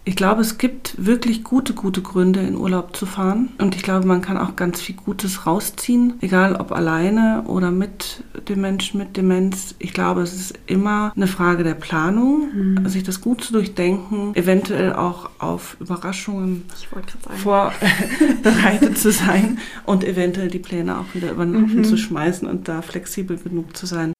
Ich glaube, es gibt wirklich gute Gründe, in Urlaub zu fahren. Und ich glaube, man kann auch ganz viel Gutes rausziehen, egal ob alleine oder mit dem Menschen mit Demenz. Ich glaube, es ist immer eine Frage der Planung, sich das gut zu durchdenken, eventuell auch auf Überraschungen vorbereitet zu sein und eventuell die Pläne auch wieder über den Haufen zu schmeißen und da flexibel genug zu sein.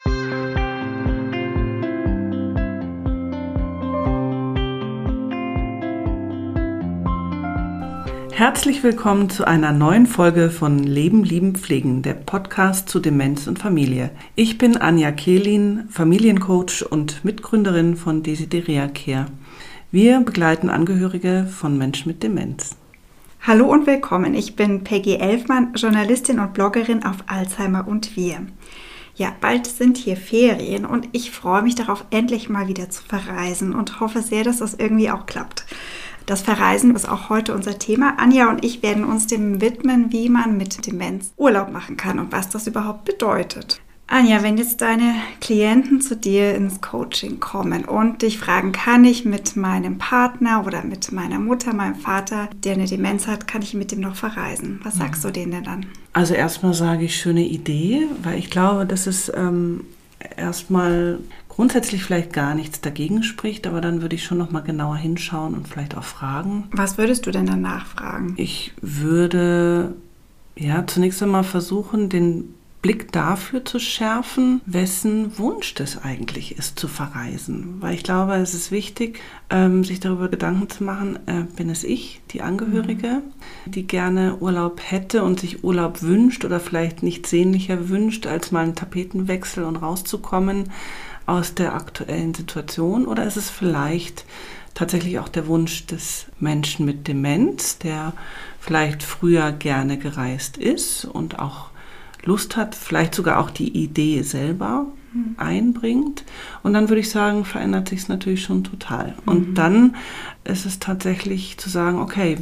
Herzlich willkommen zu einer neuen Folge von Leben, Lieben, Pflegen, der Podcast zu Demenz und Familie. Ich bin Anja Kehlin, Familiencoach und Mitgründerin von Desideria Care. Wir begleiten Angehörige von Menschen mit Demenz. Hallo und willkommen, ich bin Peggy Elfmann, Journalistin und Bloggerin auf Alzheimer und Wir. Ja, bald sind hier Ferien und ich freue mich darauf, endlich mal wieder zu verreisen und hoffe sehr, dass das irgendwie auch klappt. Das Verreisen ist auch heute unser Thema. Anja und ich werden uns dem widmen, wie man mit Demenz Urlaub machen kann und was das überhaupt bedeutet. Anja, wenn jetzt deine Klienten zu dir ins Coaching kommen und dich fragen, kann ich mit meinem Partner oder mit meiner Mutter, meinem Vater, der eine Demenz hat, kann ich mit dem noch verreisen? Was sagst du denen denn dann? Also erstmal sage ich, schöne Idee, weil ich glaube, dass es erstmal grundsätzlich vielleicht gar nichts dagegen spricht, aber dann würde ich schon noch mal genauer hinschauen und vielleicht auch fragen. Was würdest du denn dann nachfragen? Ich würde zunächst einmal versuchen, den Blick dafür zu schärfen, wessen Wunsch das eigentlich ist, zu verreisen. Weil ich glaube, es ist wichtig, sich darüber Gedanken zu machen, bin es ich, die Angehörige, die gerne Urlaub hätte und sich Urlaub wünscht oder vielleicht nichts sehnlicher wünscht, als mal einen Tapetenwechsel und rauszukommen aus der aktuellen Situation? Oder ist es vielleicht tatsächlich auch der Wunsch des Menschen mit Demenz, der vielleicht früher gerne gereist ist und auch Lust hat, vielleicht sogar auch die Idee selber einbringt? Und dann würde ich sagen, verändert sich es natürlich schon total. Und dann ist es tatsächlich zu sagen, okay,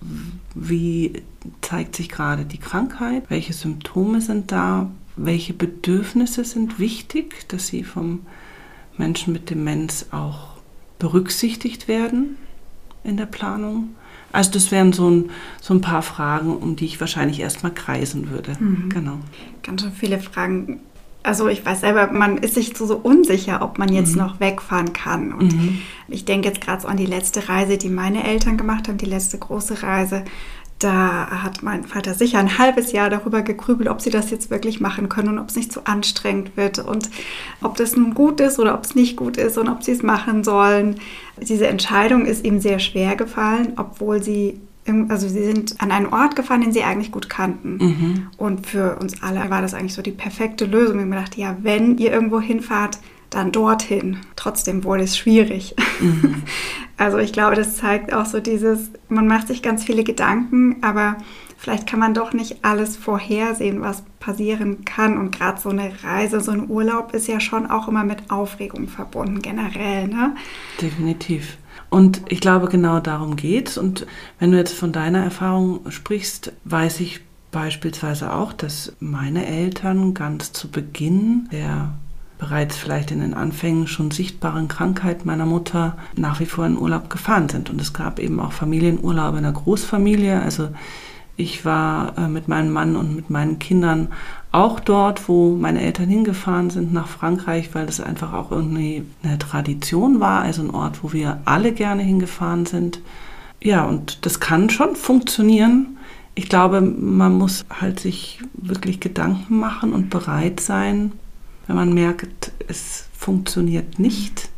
wie zeigt sich gerade die Krankheit? Welche Symptome sind da? Welche Bedürfnisse sind wichtig, dass sie vom Menschen mit Demenz auch berücksichtigt werden in der Planung? Also das wären so ein paar Fragen, um die ich wahrscheinlich erstmal kreisen würde. Genau. Ganz schön viele Fragen. Also ich weiß selber, man ist sich so unsicher, ob man jetzt noch wegfahren kann. Und ich denke jetzt gerade so an die letzte Reise, die meine Eltern gemacht haben, die letzte große Reise. Da hat mein Vater sicher ein halbes Jahr darüber gegrübelt, ob sie das jetzt wirklich machen können und ob es nicht zu anstrengend wird und ob das nun gut ist oder ob es nicht gut ist und ob sie es machen sollen. Diese Entscheidung ist ihm sehr schwer gefallen, obwohl sie sind an einen Ort gefahren, den sie eigentlich gut kannten. Und für uns alle war das eigentlich so die perfekte Lösung. Wir haben gedacht, ja, wenn ihr irgendwo hinfahrt, dann dorthin. Trotzdem wurde es schwierig. Also ich glaube, das zeigt auch so man macht sich ganz viele Gedanken, aber vielleicht kann man doch nicht alles vorhersehen, was passieren kann. Und gerade so eine Reise, so ein Urlaub ist ja schon auch immer mit Aufregung verbunden, generell, ne? Definitiv. Und ich glaube, genau darum geht's. Und wenn du jetzt von deiner Erfahrung sprichst, weiß ich beispielsweise auch, dass meine Eltern ganz zu Beginn der bereits vielleicht in den Anfängen schon sichtbaren Krankheit meiner Mutter nach wie vor in Urlaub gefahren sind. Und es gab eben auch Familienurlaube in der Großfamilie. Also ich war mit meinem Mann und mit meinen Kindern auch dort, wo meine Eltern hingefahren sind, nach Frankreich, weil das einfach auch irgendwie eine Tradition war, also ein Ort, wo wir alle gerne hingefahren sind. Ja, und das kann schon funktionieren. Ich glaube, man muss halt sich wirklich Gedanken machen und bereit sein, wenn man merkt, es funktioniert nicht,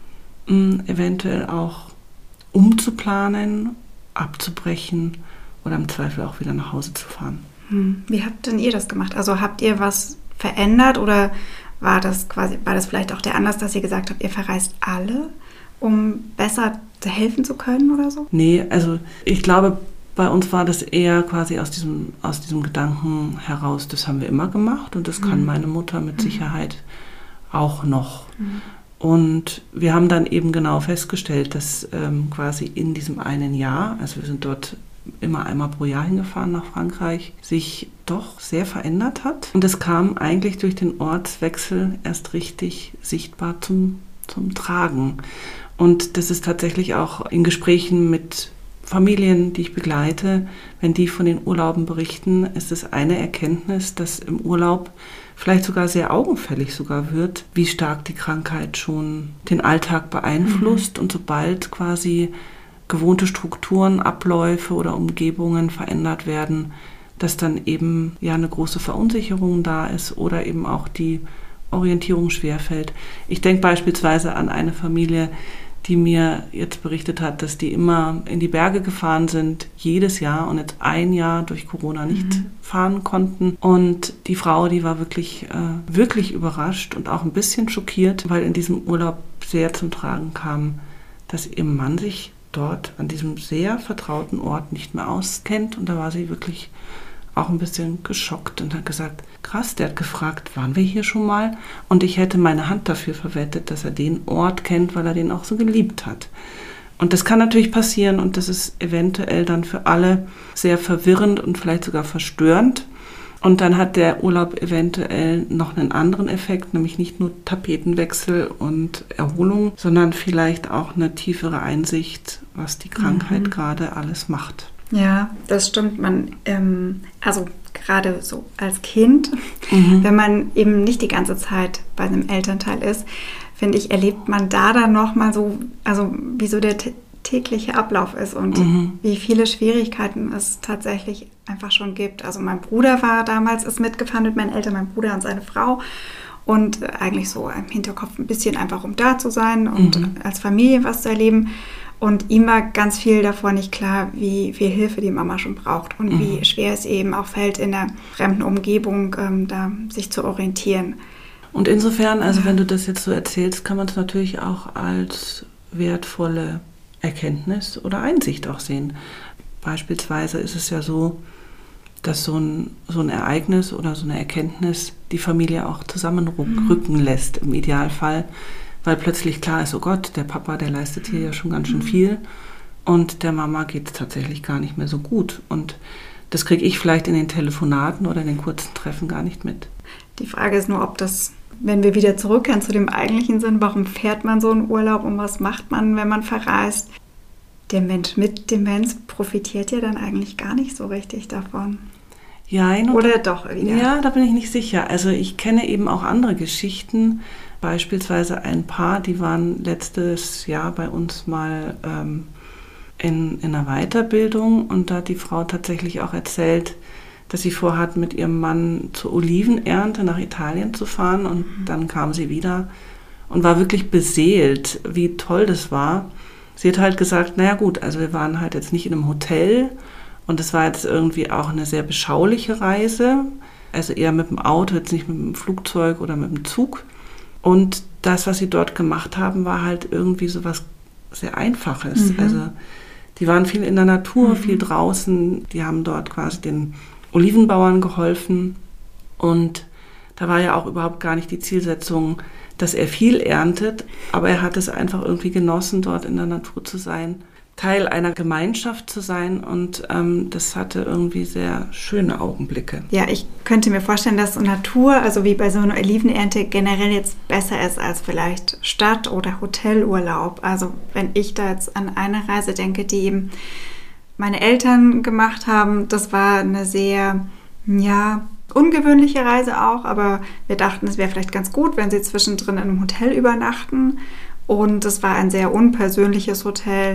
eventuell auch umzuplanen, abzubrechen oder im Zweifel auch wieder nach Hause zu fahren. Wie habt denn ihr das gemacht? Also habt ihr was verändert oder war das vielleicht auch der Anlass, dass ihr gesagt habt, ihr verreist alle, um besser helfen zu können oder so? Nee, also ich glaube, bei uns war das eher quasi aus diesem Gedanken heraus, das haben wir immer gemacht und das kann meine Mutter mit Sicherheit auch noch. Und wir haben dann eben genau festgestellt, dass quasi in diesem einen Jahr, also wir sind dort immer einmal pro Jahr hingefahren nach Frankreich, sich doch sehr verändert hat. Und das kam eigentlich durch den Ortswechsel erst richtig sichtbar zum Tragen. Und das ist tatsächlich auch in Gesprächen mit Familien, die ich begleite, wenn die von den Urlauben berichten, ist es eine Erkenntnis, dass im Urlaub vielleicht sogar sehr augenfällig sogar wird, wie stark die Krankheit schon den Alltag beeinflusst. Und sobald quasi gewohnte Strukturen, Abläufe oder Umgebungen verändert werden, dass dann eben ja eine große Verunsicherung da ist oder eben auch die Orientierung schwerfällt. Ich denke beispielsweise an eine Familie, die mir jetzt berichtet hat, dass die immer in die Berge gefahren sind, jedes Jahr und jetzt ein Jahr durch Corona nicht fahren konnten. Und die Frau, die war wirklich überrascht und auch ein bisschen schockiert, weil in diesem Urlaub sehr zum Tragen kam, dass ihr Mann sich dort an diesem sehr vertrauten Ort nicht mehr auskennt. Und da war sie wirklich auch ein bisschen geschockt und hat gesagt, krass, der hat gefragt, waren wir hier schon mal? Und ich hätte meine Hand dafür verwettet, dass er den Ort kennt, weil er den auch so geliebt hat. Und das kann natürlich passieren und das ist eventuell dann für alle sehr verwirrend und vielleicht sogar verstörend. Und dann hat der Urlaub eventuell noch einen anderen Effekt, nämlich nicht nur Tapetenwechsel und Erholung, sondern vielleicht auch eine tiefere Einsicht, was die Krankheit gerade alles macht. Ja, das stimmt. Also gerade so als Kind, wenn man eben nicht die ganze Zeit bei einem Elternteil ist, finde ich, erlebt man da dann nochmal so, also wie so der tägliche Ablauf ist und wie viele Schwierigkeiten es tatsächlich einfach schon gibt. Also mein Bruder war damals, ist mitgefahren mit meinen Eltern, mein Bruder und seine Frau. Und eigentlich so im Hinterkopf ein bisschen einfach, um da zu sein und als Familie was zu erleben. Und ihm war ganz viel davor nicht klar, wie viel Hilfe die Mama schon braucht und wie schwer es eben auch fällt, in einer fremden Umgebung da sich zu orientieren. Und insofern, also wenn du das jetzt so erzählst, kann man es natürlich auch als wertvolle Erkenntnis oder Einsicht auch sehen. Beispielsweise ist es ja so, dass so ein Ereignis oder so eine Erkenntnis die Familie auch zusammenrücken lässt im Idealfall, weil plötzlich klar ist, oh Gott, der Papa, der leistet hier ja schon ganz schön viel und der Mama geht es tatsächlich gar nicht mehr so gut. Und das kriege ich vielleicht in den Telefonaten oder in den kurzen Treffen gar nicht mit. Die Frage ist nur, ob das, wenn wir wieder zurückkehren zu dem eigentlichen Sinn, warum fährt man so einen Urlaub und was macht man, wenn man verreist? Der Mensch mit Demenz profitiert ja dann eigentlich gar nicht so richtig davon. Ja, oder doch wieder? Ja, da bin ich nicht sicher. Also ich kenne eben auch andere Geschichten, beispielsweise ein Paar, die waren letztes Jahr bei uns mal in einer Weiterbildung und da hat die Frau tatsächlich auch erzählt, dass sie vorhat, mit ihrem Mann zur Olivenernte nach Italien zu fahren und dann kam sie wieder und war wirklich beseelt, wie toll das war. Sie hat halt gesagt, naja gut, also wir waren halt jetzt nicht in einem Hotel und es war jetzt irgendwie auch eine sehr beschauliche Reise, also eher mit dem Auto, jetzt nicht mit dem Flugzeug oder mit dem Zug. Und das, was sie dort gemacht haben, war halt irgendwie so was sehr Einfaches. Also die waren viel in der Natur, viel draußen, die haben dort quasi den Olivenbauern geholfen und da war ja auch überhaupt gar nicht die Zielsetzung, dass er viel erntet, aber er hat es einfach irgendwie genossen, dort in der Natur zu sein, Teil einer Gemeinschaft zu sein und das hatte irgendwie sehr schöne Augenblicke. Ja, ich könnte mir vorstellen, dass Natur, also wie bei so einer Olivenernte, generell jetzt besser ist als vielleicht Stadt- oder Hotelurlaub. Also wenn ich da jetzt an eine Reise denke, die eben meine Eltern gemacht haben, das war eine sehr, ungewöhnliche Reise auch, aber wir dachten, es wäre vielleicht ganz gut, wenn sie zwischendrin in einem Hotel übernachten und es war ein sehr unpersönliches Hotel.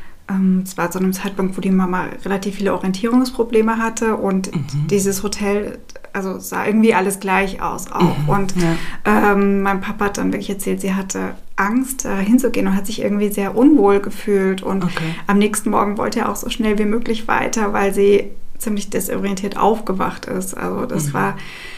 Es war zu einem Zeitpunkt, wo die Mama relativ viele Orientierungsprobleme hatte und dieses Hotel, also sah irgendwie alles gleich aus auch. Und mein Papa hat dann wirklich erzählt, sie hatte Angst, da hinzugehen und hat sich irgendwie sehr unwohl gefühlt. Und am nächsten Morgen wollte er auch so schnell wie möglich weiter, weil sie ziemlich desorientiert aufgewacht ist. Also das war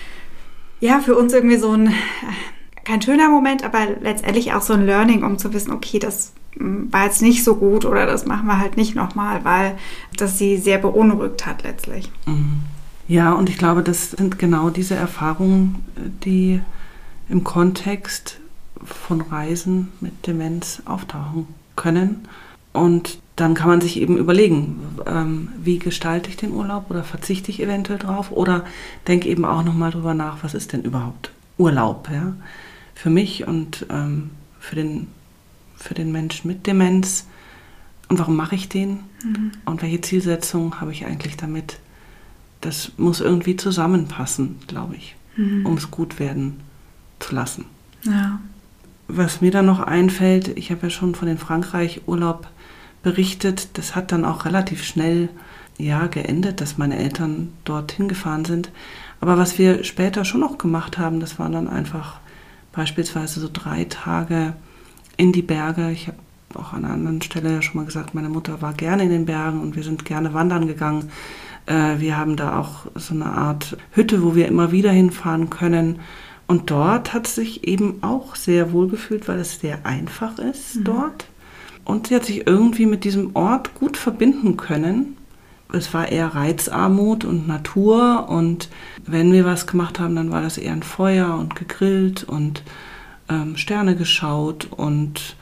ja für uns irgendwie so kein schöner Moment, aber letztendlich auch so ein Learning, um zu wissen, okay, das war jetzt nicht so gut oder das machen wir halt nicht nochmal, weil das sie sehr beunruhigt hat letztlich. Ja, und ich glaube, das sind genau diese Erfahrungen, die im Kontext von Reisen mit Demenz auftauchen können. Und dann kann man sich eben überlegen, wie gestalte ich den Urlaub oder verzichte ich eventuell drauf oder denke eben auch nochmal drüber nach, was ist denn überhaupt Urlaub, ja? Für mich und für für den Menschen mit Demenz und warum mache ich den und welche Zielsetzung habe ich eigentlich damit. Das muss irgendwie zusammenpassen, glaube ich, um es gut werden zu lassen. Ja. Was mir dann noch einfällt, ich habe ja schon von den Frankreich-Urlaub berichtet, das hat dann auch relativ schnell geendet, dass meine Eltern dorthin gefahren sind. Aber was wir später schon noch gemacht haben, das waren dann einfach beispielsweise so 3 Tage in die Berge. Ich habe auch an einer anderen Stelle ja schon mal gesagt, meine Mutter war gerne in den Bergen und wir sind gerne wandern gegangen. Wir haben da auch so eine Art Hütte, wo wir immer wieder hinfahren können. Und dort hat sie sich eben auch sehr wohl gefühlt, weil es sehr einfach ist dort. Und sie hat sich irgendwie mit diesem Ort gut verbinden können. Es war eher Reizarmut und Natur. Und wenn wir was gemacht haben, dann war das eher ein Feuer und gegrillt und Sterne geschaut und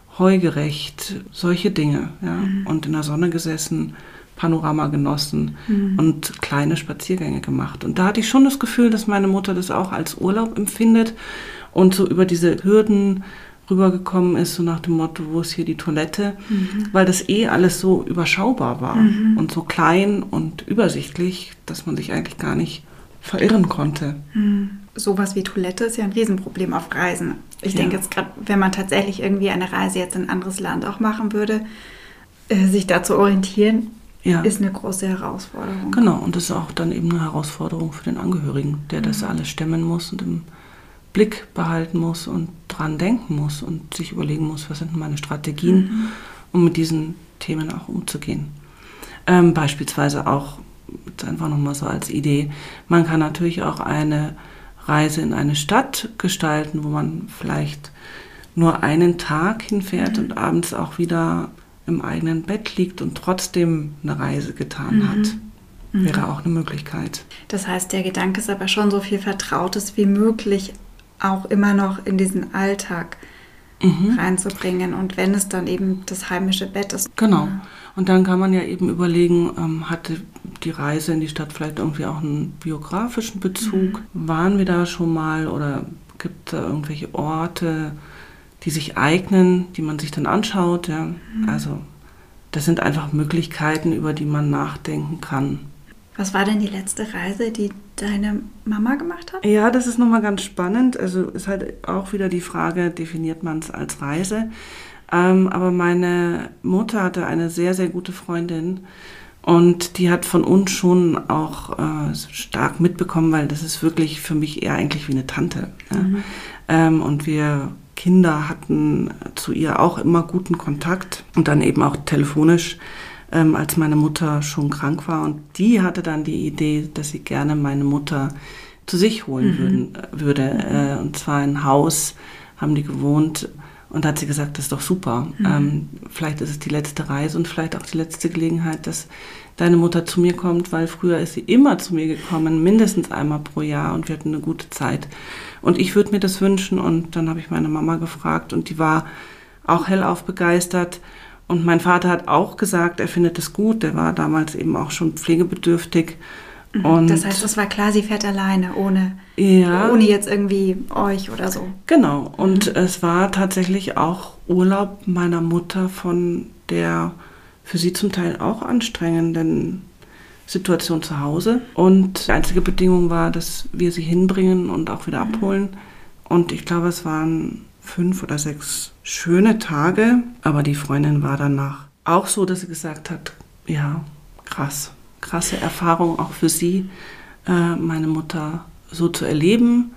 heugerecht, solche Dinge. Ja? Und in der Sonne gesessen, Panorama genossen und kleine Spaziergänge gemacht. Und da hatte ich schon das Gefühl, dass meine Mutter das auch als Urlaub empfindet und so über diese Hürden rübergekommen ist, so nach dem Motto, wo ist hier die Toilette? Weil das alles so überschaubar war und so klein und übersichtlich, dass man sich eigentlich gar nicht verirren konnte. Sowas wie Toilette ist ja ein Riesenproblem auf Reisen. Ich denke jetzt gerade, wenn man tatsächlich irgendwie eine Reise jetzt in ein anderes Land auch machen würde, sich da zu orientieren, ist eine große Herausforderung. Genau, und das ist auch dann eben eine Herausforderung für den Angehörigen, der das alles stemmen muss und im Blick behalten muss und dran denken muss und sich überlegen muss, was sind meine Strategien, um mit diesen Themen auch umzugehen. Beispielsweise auch, jetzt einfach nochmal so als Idee, man kann natürlich auch eine Reise in eine Stadt gestalten, wo man vielleicht nur einen Tag hinfährt und abends auch wieder im eigenen Bett liegt und trotzdem eine Reise getan hat. Wäre auch eine Möglichkeit. Das heißt, der Gedanke ist aber schon so viel Vertrautes wie möglich auch immer noch in diesen Alltag reinzubringen. Und wenn es dann eben das heimische Bett ist. Genau. Und dann kann man ja eben überlegen, hatte die Reise in die Stadt vielleicht irgendwie auch einen biografischen Bezug? Waren wir da schon mal oder gibt es da irgendwelche Orte, die sich eignen, die man sich dann anschaut? Ja? Also das sind einfach Möglichkeiten, über die man nachdenken kann. Was war denn die letzte Reise, die deine Mama gemacht hat? Ja, das ist nochmal ganz spannend. Also ist halt auch wieder die Frage, definiert man es als Reise? Aber meine Mutter hatte eine sehr, sehr gute Freundin und die hat von uns schon auch stark mitbekommen, weil das ist wirklich für mich eher eigentlich wie eine Tante. Ja? Und wir Kinder hatten zu ihr auch immer guten Kontakt und dann eben auch telefonisch, als meine Mutter schon krank war. Und die hatte dann die Idee, dass sie gerne meine Mutter zu sich holen würde. Und zwar ein Haus haben die gewohnt. Und da hat sie gesagt, das ist doch super. Vielleicht ist es die letzte Reise und vielleicht auch die letzte Gelegenheit, dass deine Mutter zu mir kommt, weil früher ist sie immer zu mir gekommen, mindestens einmal pro Jahr und wir hatten eine gute Zeit. Und ich würde mir das wünschen und dann habe ich meine Mama gefragt und die war auch hellauf begeistert. Und mein Vater hat auch gesagt, er findet es gut, der war damals eben auch schon pflegebedürftig. Und das heißt, es war klar, sie fährt alleine, ohne jetzt irgendwie euch oder so. Genau, und es war tatsächlich auch Urlaub meiner Mutter von der für sie zum Teil auch anstrengenden Situation zu Hause. Und die einzige Bedingung war, dass wir sie hinbringen und auch wieder abholen. Und ich glaube, es waren 5 oder 6 schöne Tage. Aber die Freundin war danach auch so, dass sie gesagt hat, ja, krasse Erfahrung auch für sie, meine Mutter so zu erleben,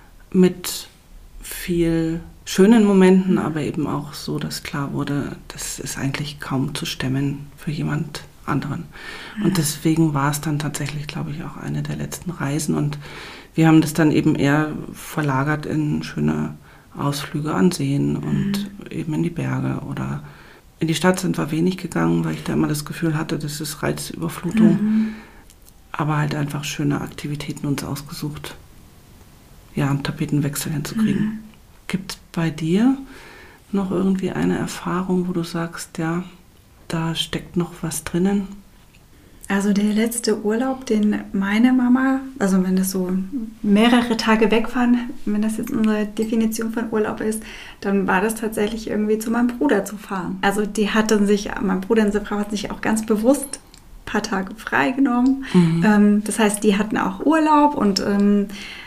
mit viel schönen Momenten, aber eben auch so, dass klar wurde, das ist eigentlich kaum zu stemmen für jemand anderen. Und deswegen war es dann tatsächlich, glaube ich, auch eine der letzten Reisen. Und wir haben das dann eben eher verlagert in schöne Ausflüge an Seen und eben in die Berge oder in die Stadt sind wir wenig gegangen, weil ich da immer das Gefühl hatte, das ist Reizüberflutung. Aber halt einfach schöne Aktivitäten uns ausgesucht. Ja, einen Tapetenwechsel hinzukriegen. Gibt es bei dir noch irgendwie eine Erfahrung, wo du sagst, ja, da steckt noch was drinnen? Also der letzte Urlaub, den meine Mama, also wenn das so mehrere Tage wegfahren, wenn das jetzt unsere Definition von Urlaub ist, dann war das tatsächlich irgendwie zu meinem Bruder zu fahren. Also mein Bruder und seine Frau hat sich auch ganz bewusst ein paar Tage frei genommen. Das heißt, die hatten auch Urlaub und haben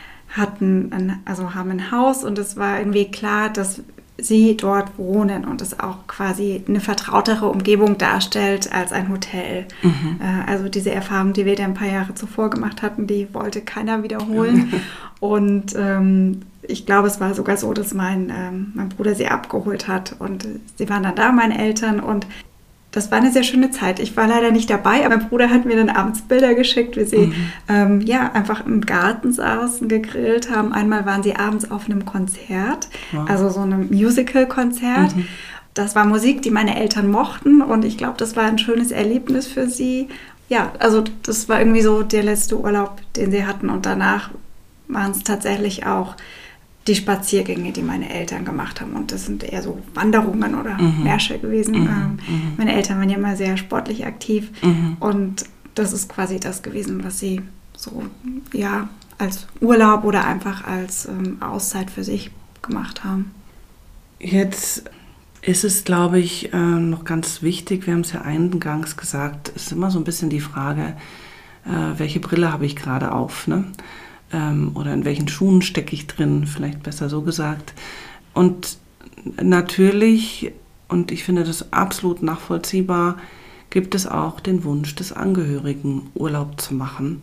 ein Haus, und es war irgendwie klar, dass sie dort wohnen und es auch quasi eine vertrautere Umgebung darstellt als ein Hotel. Also diese Erfahrung, die wir da ein paar Jahre zuvor gemacht hatten, die wollte keiner wiederholen. Und ich glaube, es war sogar so, dass mein Bruder sie abgeholt hat und sie waren dann da, meine Eltern, und das war eine sehr schöne Zeit. Ich war leider nicht dabei, aber mein Bruder hat mir dann abends Bilder geschickt, wie sie einfach im Garten saßen, gegrillt haben. Einmal waren sie abends auf einem Konzert, also so einem Musical-Konzert. Das war Musik, die meine Eltern mochten, und ich glaube, das war ein schönes Erlebnis für sie. Ja, also das war irgendwie so der letzte Urlaub, den sie hatten, und danach waren es tatsächlich auch die Spaziergänge, die meine Eltern gemacht haben. Und das sind eher so Wanderungen oder Märsche gewesen. Meine Eltern waren ja immer sehr sportlich aktiv. Und das ist quasi das gewesen, was sie so als Urlaub oder einfach als Auszeit für sich gemacht haben. Jetzt ist es, glaube ich, noch ganz wichtig, wir haben es ja eingangs gesagt, ist immer so ein bisschen die Frage, welche Brille habe ich gerade auf, ne? Oder in welchen Schuhen stecke ich drin, vielleicht besser so gesagt. Und natürlich, und ich finde das absolut nachvollziehbar, gibt es auch den Wunsch des Angehörigen, Urlaub zu machen.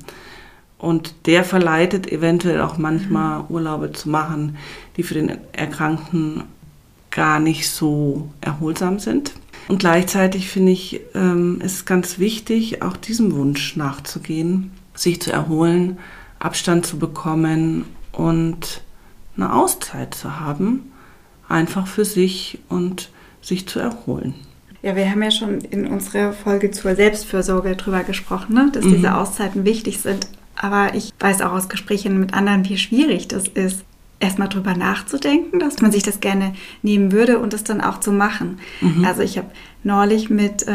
Und der verleitet eventuell auch manchmal Urlaube zu machen, die für den Erkrankten gar nicht so erholsam sind. Und gleichzeitig finde ich, es ganz wichtig, auch diesem Wunsch nachzugehen, sich zu erholen, Abstand zu bekommen und eine Auszeit zu haben, einfach für sich und sich zu erholen. Ja, wir haben ja schon in unserer Folge zur Selbstfürsorge drüber gesprochen, ne? Dass diese Auszeiten wichtig sind. Aber ich weiß auch aus Gesprächen mit anderen, wie schwierig das ist, erstmal drüber nachzudenken, dass man sich das gerne nehmen würde und das dann auch zu machen. Also ich habe neulich mit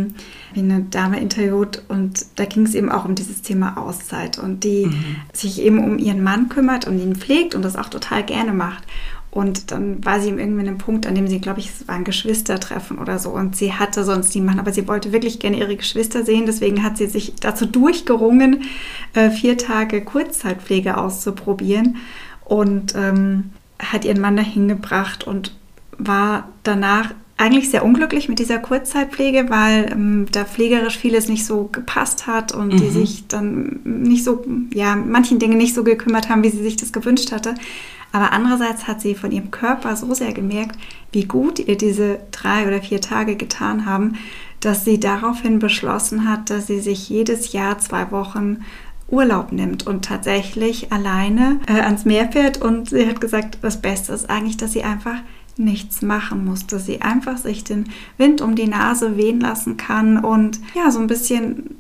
eine Dame interviewt, und da ging es eben auch um dieses Thema Auszeit, und die sich eben um ihren Mann kümmert und ihn pflegt und das auch total gerne macht. Und dann war sie irgendwie an einem Punkt, an dem sie, glaube ich, es war ein Geschwistertreffen oder so, und sie hatte sonst niemanden, aber sie wollte wirklich gerne ihre Geschwister sehen, deswegen hat sie sich dazu durchgerungen, 4 Tage Kurzzeitpflege auszuprobieren, und hat ihren Mann dahin gebracht und war danach eigentlich sehr unglücklich mit dieser Kurzzeitpflege, weil da pflegerisch vieles nicht so gepasst hat und die sich dann nicht so, manchen Dingen nicht so gekümmert haben, wie sie sich das gewünscht hatte. Aber andererseits hat sie von ihrem Körper so sehr gemerkt, wie gut ihr diese 3 oder 4 Tage getan haben, dass sie daraufhin beschlossen hat, dass sie sich jedes Jahr 2 Wochen Urlaub nimmt und tatsächlich alleine ans Meer fährt. Und sie hat gesagt, das Beste ist eigentlich, dass sie einfach nichts machen muss, dass sie einfach sich den Wind um die Nase wehen lassen kann und so ein bisschen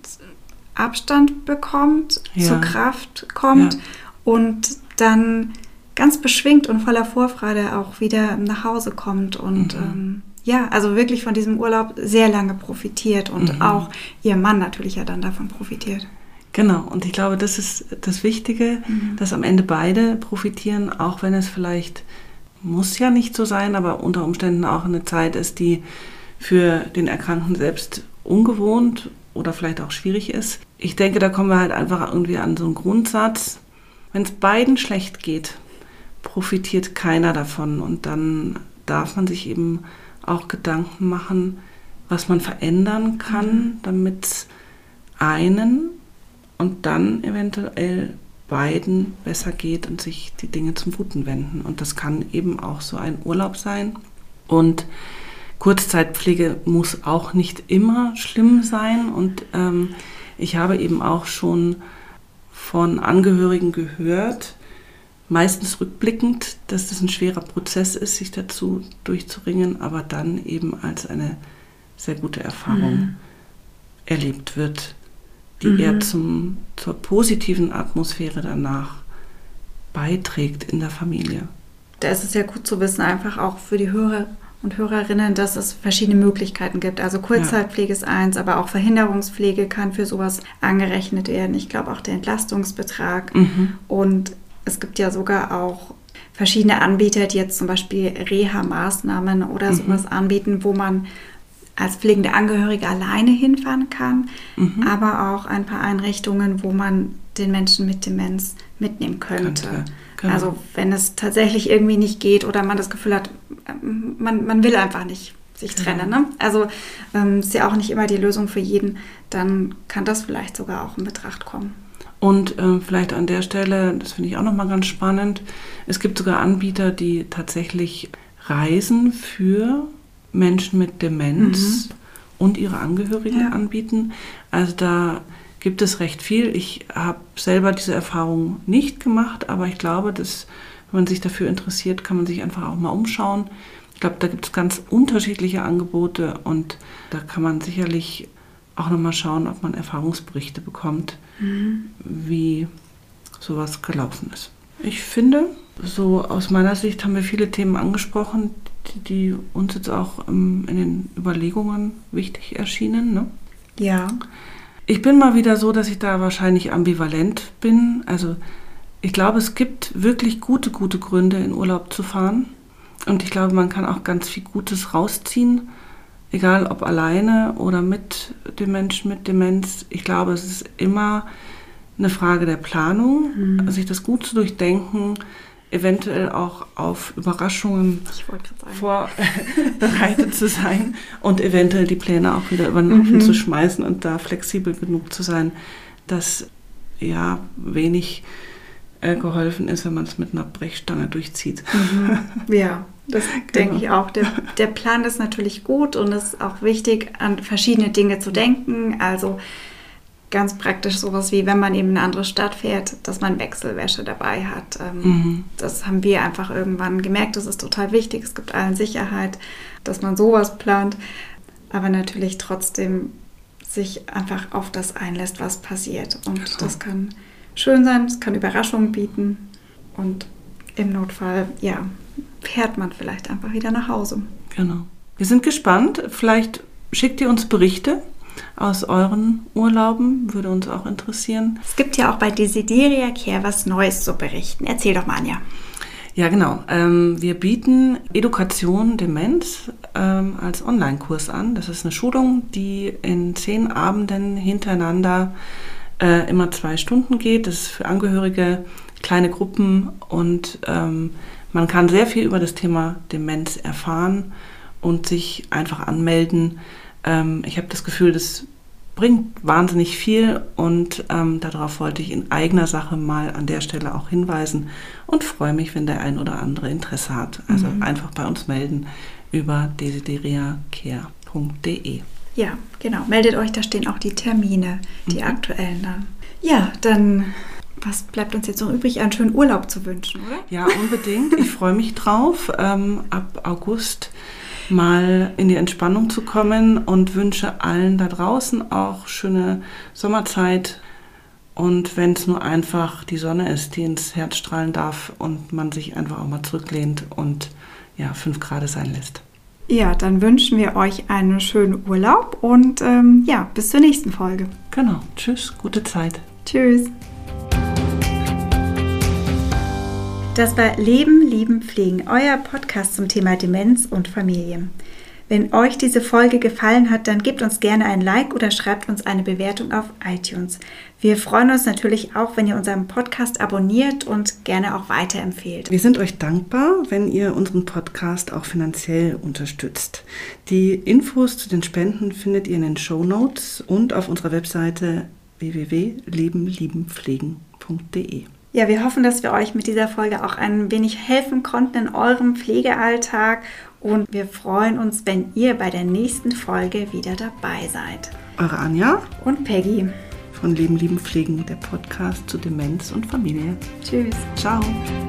Abstand bekommt, zur Kraft kommt und dann ganz beschwingt und voller Vorfreude auch wieder nach Hause kommt und also wirklich von diesem Urlaub sehr lange profitiert und auch ihr Mann natürlich ja dann davon profitiert. Genau, und ich glaube, das ist das Wichtige, dass am Ende beide profitieren, auch wenn es vielleicht, muss ja nicht so sein, aber unter Umständen auch eine Zeit ist, die für den Erkrankten selbst ungewohnt oder vielleicht auch schwierig ist. Ich denke, da kommen wir halt einfach irgendwie an so einen Grundsatz, wenn es beiden schlecht geht, profitiert keiner davon, und dann darf man sich eben auch Gedanken machen, was man verändern kann, damit es einen und dann eventuell beiden besser geht und sich die Dinge zum Guten wenden. Und das kann eben auch so ein Urlaub sein. Und Kurzzeitpflege muss auch nicht immer schlimm sein. Und ich habe eben auch schon von Angehörigen gehört, meistens rückblickend, dass das ein schwerer Prozess ist, sich dazu durchzuringen, aber dann eben als eine sehr gute Erfahrung erlebt wird, die eher zur positiven Atmosphäre danach beiträgt in der Familie. Da ist es ja gut zu wissen, einfach auch für die Hörer und Hörerinnen, dass es verschiedene Möglichkeiten gibt. Also Kurzzeitpflege ist eins, aber auch Verhinderungspflege kann für sowas angerechnet werden. Ich glaube auch der Entlastungsbetrag. Und es gibt ja sogar auch verschiedene Anbieter, die jetzt zum Beispiel Reha-Maßnahmen oder sowas anbieten, wo man als pflegende Angehörige alleine hinfahren kann, aber auch ein paar Einrichtungen, wo man den Menschen mit Demenz mitnehmen könnte. Genau. Also wenn es tatsächlich irgendwie nicht geht oder man das Gefühl hat, man will einfach nicht sich trennen. Ne? Also ist ja auch nicht immer die Lösung für jeden, dann kann das vielleicht sogar auch in Betracht kommen. Und vielleicht an der Stelle, das finde ich auch nochmal ganz spannend, es gibt sogar Anbieter, die tatsächlich Reisen für Menschen mit Demenz und ihre Angehörigen anbieten. Also da gibt es recht viel. Ich habe selber diese Erfahrung nicht gemacht, aber ich glaube, dass, wenn man sich dafür interessiert, kann man sich einfach auch mal umschauen. Ich glaube, da gibt es ganz unterschiedliche Angebote und da kann man sicherlich auch nochmal schauen, ob man Erfahrungsberichte bekommt, wie sowas gelaufen ist. Ich finde, so aus meiner Sicht haben wir viele Themen angesprochen, die uns jetzt auch in den Überlegungen wichtig erschienen. Ne? Ja. Ich bin mal wieder so, dass ich da wahrscheinlich ambivalent bin. Also ich glaube, es gibt wirklich gute Gründe, in Urlaub zu fahren. Und ich glaube, man kann auch ganz viel Gutes rausziehen, egal ob alleine oder mit dem Menschen mit Demenz. Ich glaube, es ist immer eine Frage der Planung, sich das gut zu durchdenken, eventuell auch auf Überraschungen vorbereitet zu sein und eventuell die Pläne auch wieder über den Haufen zu schmeißen und da flexibel genug zu sein, dass ja wenig geholfen ist, wenn man es mit einer Brechstange durchzieht. Ja, das denke ich auch. Der Plan ist natürlich gut und es ist auch wichtig, an verschiedene Dinge zu denken. Also ganz praktisch sowas wie, wenn man eben in eine andere Stadt fährt, dass man Wechselwäsche dabei hat. Das haben wir einfach irgendwann gemerkt, das ist total wichtig. Es gibt allen Sicherheit, dass man sowas plant, aber natürlich trotzdem sich einfach auf das einlässt, was passiert. Und das kann schön sein, es kann Überraschungen bieten und im Notfall, fährt man vielleicht einfach wieder nach Hause. Genau. Wir sind gespannt. Vielleicht schickt ihr uns Berichte aus euren Urlauben, würde uns auch interessieren. Es gibt ja auch bei Desideria Care was Neues zu berichten. Erzähl doch mal, Anja. Ja, genau. Wir bieten Education Demenz als Online-Kurs an. Das ist eine Schulung, die in 10 Abenden hintereinander immer 2 Stunden geht. Das ist für Angehörige, kleine Gruppen und man kann sehr viel über das Thema Demenz erfahren und sich einfach anmelden. Ich habe das Gefühl, das bringt wahnsinnig viel und darauf wollte ich in eigener Sache mal an der Stelle auch hinweisen und freue mich, wenn der ein oder andere Interesse hat. Also einfach bei uns melden über desideriacare.de. Ja, genau. Meldet euch, da stehen auch die Termine, die aktuellen da. Ja, dann was bleibt uns jetzt noch übrig, einen schönen Urlaub zu wünschen, oder? Ja, unbedingt. Ich freue mich drauf, ab August mal in die Entspannung zu kommen und wünsche allen da draußen auch schöne Sommerzeit. Und wenn es nur einfach die Sonne ist, die ins Herz strahlen darf und man sich einfach auch mal zurücklehnt und 5 Grad sein lässt. Ja, dann wünschen wir euch einen schönen Urlaub und bis zur nächsten Folge. Genau. Tschüss, gute Zeit. Tschüss. Das war Leben, Lieben, Pflegen, euer Podcast zum Thema Demenz und Familie. Wenn euch diese Folge gefallen hat, dann gebt uns gerne ein Like oder schreibt uns eine Bewertung auf iTunes. Wir freuen uns natürlich auch, wenn ihr unseren Podcast abonniert und gerne auch weiterempfehlt. Wir sind euch dankbar, wenn ihr unseren Podcast auch finanziell unterstützt. Die Infos zu den Spenden findet ihr in den Shownotes und auf unserer Webseite www.lebenliebenpflegen.de. Ja, wir hoffen, dass wir euch mit dieser Folge auch ein wenig helfen konnten in eurem Pflegealltag und wir freuen uns, wenn ihr bei der nächsten Folge wieder dabei seid. Eure Anja und Peggy von Leben, Lieben, Pflegen, der Podcast zu Demenz und Familie. Tschüss. Ciao.